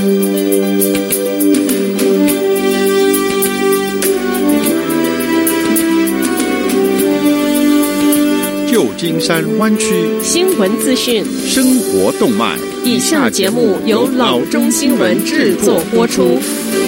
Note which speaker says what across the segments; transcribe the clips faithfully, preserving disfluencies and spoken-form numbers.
Speaker 1: 旧金山湾区
Speaker 2: 新闻资讯、
Speaker 1: 生活动脉。
Speaker 2: 以下节目由老中新闻制作播出。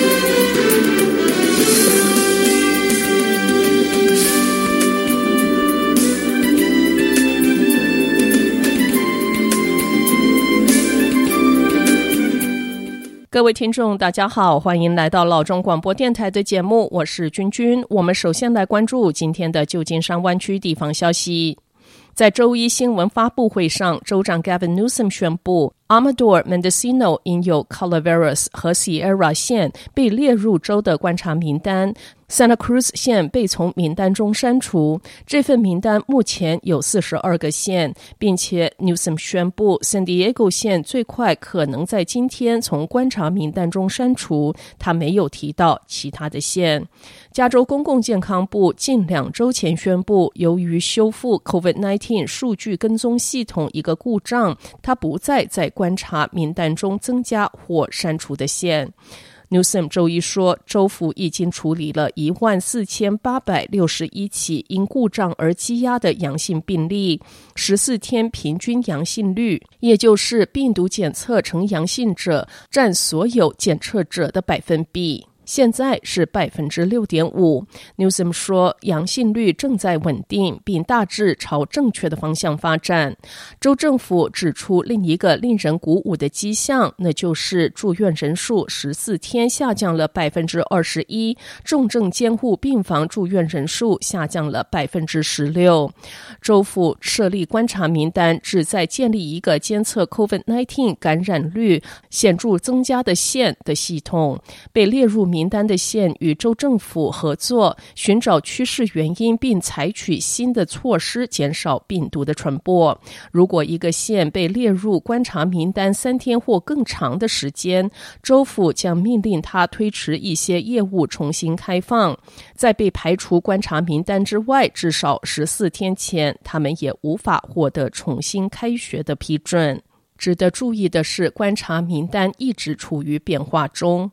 Speaker 2: 各位听众大家好，欢迎来到老中广播电台的节目，我是君君。我们首先来关注今天的旧金山湾区地方消息。在周一新闻发布会上，州长 Gavin Newsom 宣布 Amador Mendocino 因有 Calaveras 和 Sierra 县被列入州的观察名单， Santa Cruz 县被从名单中删除。这份名单目前有四十二个县，并且 Newsom 宣布 San Diego 县最快可能在今天从观察名单中删除，他没有提到其他的县。加州公共健康部近两周前宣布，由于修复 COVID 十九 数据跟踪系统一个故障，它不再在观察名单中增加或删除的县。Newsom 周一说，州府已经处理了一万四千八百六十一起因故障而积压的阳性病例，十四天平均阳性率，也就是病毒检测呈阳性者占所有检测者的百分比，现在是 百分之六点五。 Newsom 说，阳性率正在稳定，并大致朝正确的方向发展。州政府指出另一个令人鼓舞的迹象，那就是住院人数十四天下降了 百分之二十一， 重症监护病房住院人数下降了 百分之十六。 州府设立观察名单，旨在建立一个监测 COVID 十九 感染率显著增加的县的系统。被列入名单的县与州政府合作，寻找趋势原因，并采取新的措施减少病毒的传播。如果一个县被列入观察名单三天或更长的时间，州府将命令他推迟一些业务重新开放。在被排除观察名单之外，至少十四天前，他们也无法获得重新开学的批准。值得注意的是，观察名单一直处于变化中。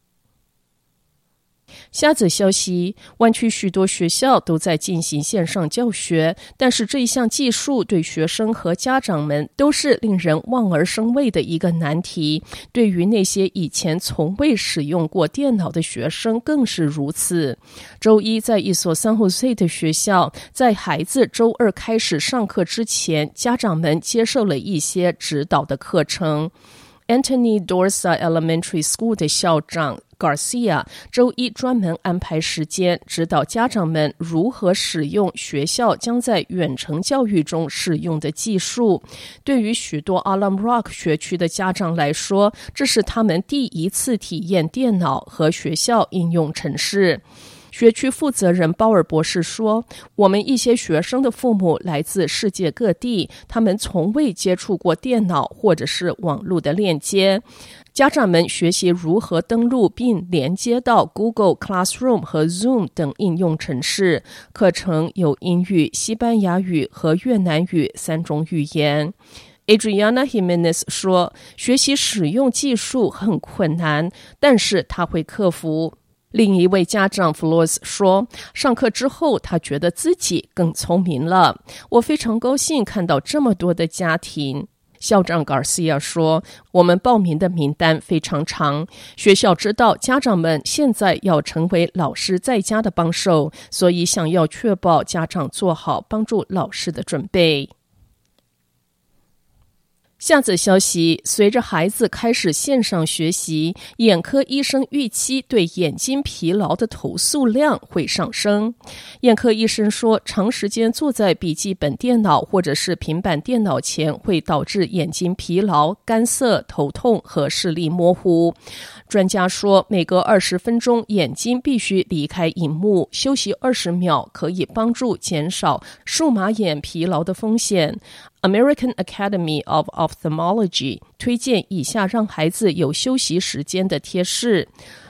Speaker 2: 下则消息，湾区许多学校都在进行线上教学，但是这一项技术对学生和家长们都是令人望而生畏的一个难题，对于那些以前从未使用过电脑的学生更是如此。周一在一所San Jose的学校，在孩子周二开始上课之前，家长们接受了一些指导的课程。Anthony Dorsa Elementary School 的校长Garcia 周一专门安排时间指导家长们如何使用学校将在远程教育中使用的技术。对于许多 Alum Rock 学区的家长来说，这是他们第一次体验电脑和学校应用程式。学区负责人鲍尔博士说，我们一些学生的父母来自世界各地，他们从未接触过电脑或者是网络的链接。家长们学习如何登录并连接到 Google Classroom 和 Zoom 等应用程式，课程有英语、西班牙语和越南语三种语言。Adriana Jimenez 说，学习使用技术很困难，但是他会克服。另一位家长 Flores 说，上课之后他觉得自己更聪明了，我非常高兴看到这么多的家庭。校长 Garcia 说，我们报名的名单非常长，学校知道家长们现在要成为老师在家的帮手，所以想要确保家长做好帮助老师的准备。下则消息，随着孩子开始线上学习，眼科医生预期对眼睛疲劳的投诉量会上升。眼科医生说，长时间坐在笔记本电脑或者是平板电脑前会导致眼睛疲劳、干涩、头痛和视力模糊。专家说，每隔二十分钟眼睛必须离开荧幕，休息二十秒可以帮助减少数码眼疲劳的风险。American Academy of Ophthalmology 推荐以下让孩子有休息时间的贴士。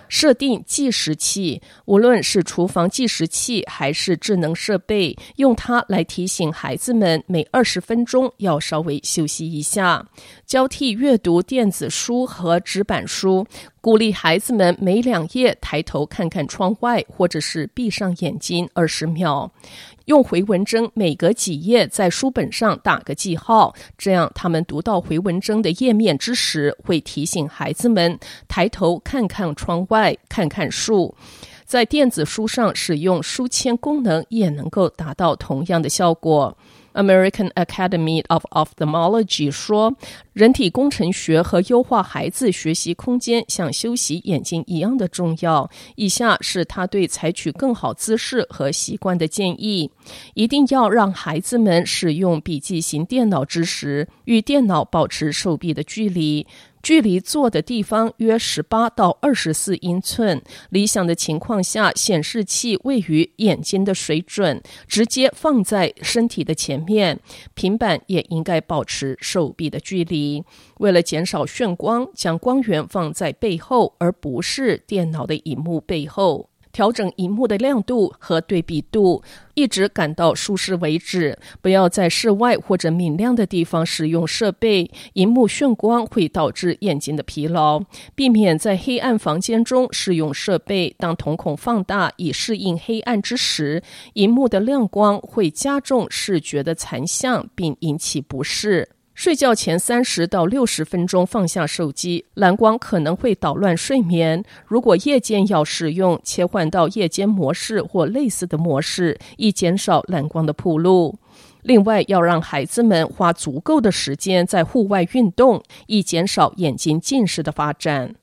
Speaker 2: 设定计时器，无论是厨房计时器还是智能设备，用它来提醒孩子们每二十分钟要稍微休息一下。交替阅读电子书和纸板书，鼓励孩子们每两页抬头看看窗外，或者是闭上眼睛二十秒。用回文针每隔几页在书本上打个记号，这样他们读到回文针的页面之时，会提醒孩子们抬头看看窗外，看看树。在电子书上使用书签功能也能够达到同样的效果。American Academy of Ophthalmology 说，人体工程学和优化孩子学习空间像休息眼睛一样的重要。以下是他对采取更好姿势和习惯的建议：一定要让孩子们使用笔记型电脑之时，与电脑保持手臂的距离。距离坐的地方约十八到二十四英寸，理想的情况下，显示器位于眼睛的水准，直接放在身体的前面。平板也应该保持手臂的距离。为了减少眩光，将光源放在背后，而不是电脑的萤幕背后。调整萤幕的亮度和对比度，一直感到舒适为止。不要在室外或者明亮的地方使用设备，萤幕眩光会导致眼睛的疲劳。避免在黑暗房间中使用设备，当瞳孔放大以适应黑暗之时，萤幕的亮光会加重视觉的残像，并引起不适。睡觉前三十到六十分钟放下手机，蓝光可能会捣乱睡眠。如果夜间要使用，切换到夜间模式或类似的模式，以减少蓝光的暴露。另外，要让孩子们花足够的时间在户外运动，以减少眼睛近视的发展。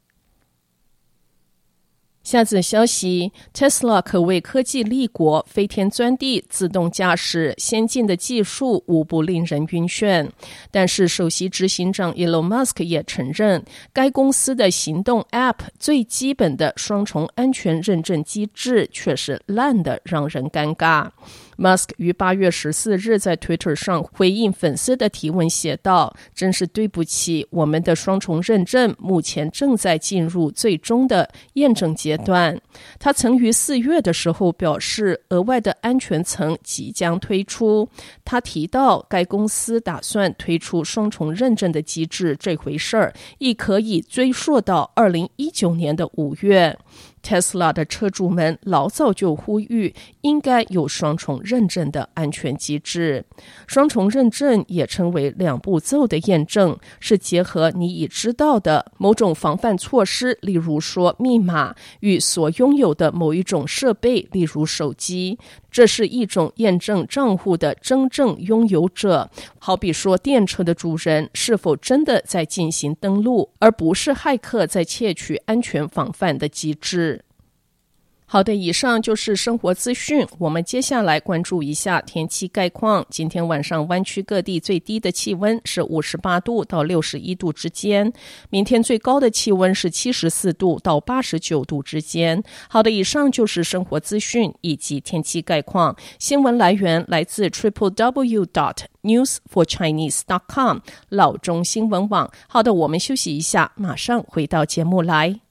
Speaker 2: 下则消息 Tesla 可谓科技立国，飞天钻地，自动驾驶，先进的技术无不令人晕眩。但是首席执行长 Elon Musk 也承认，该公司的行动 App 最基本的双重安全认证机制却是烂得让人尴尬。Musk 于八月十四日在 Twitter 上回应粉丝的提问写道：真是对不起，我们的双重认证目前正在进入最终的验证阶段。他曾于四月的时候表示，额外的安全层即将推出。他提到，该公司打算推出双重认证的机制这回事儿，亦可以追溯到二零一九年的五月。Tesla 的车主们老早就呼吁应该有双重认证的安全机制。双重认证也称为两步骤的验证，是结合你已知道的某种防范措施，例如说密码，与所拥有的某一种设备，例如手机。这是一种验证账户的真正拥有者，好比说电车的主人是否真的在进行登录，而不是骇客在窃取安全防范的机制。好的，以上就是生活资讯。我们接下来关注一下天气概况。今天晚上湾区各地最低的气温是五十八度到六十一度之间，明天最高的气温是七十四度到八十九度之间。好的，以上就是生活资讯以及天气概况。新闻来源来自 triple w dot news for chinese dot com 老中新闻网。好的，我们休息一下，马上回到节目来。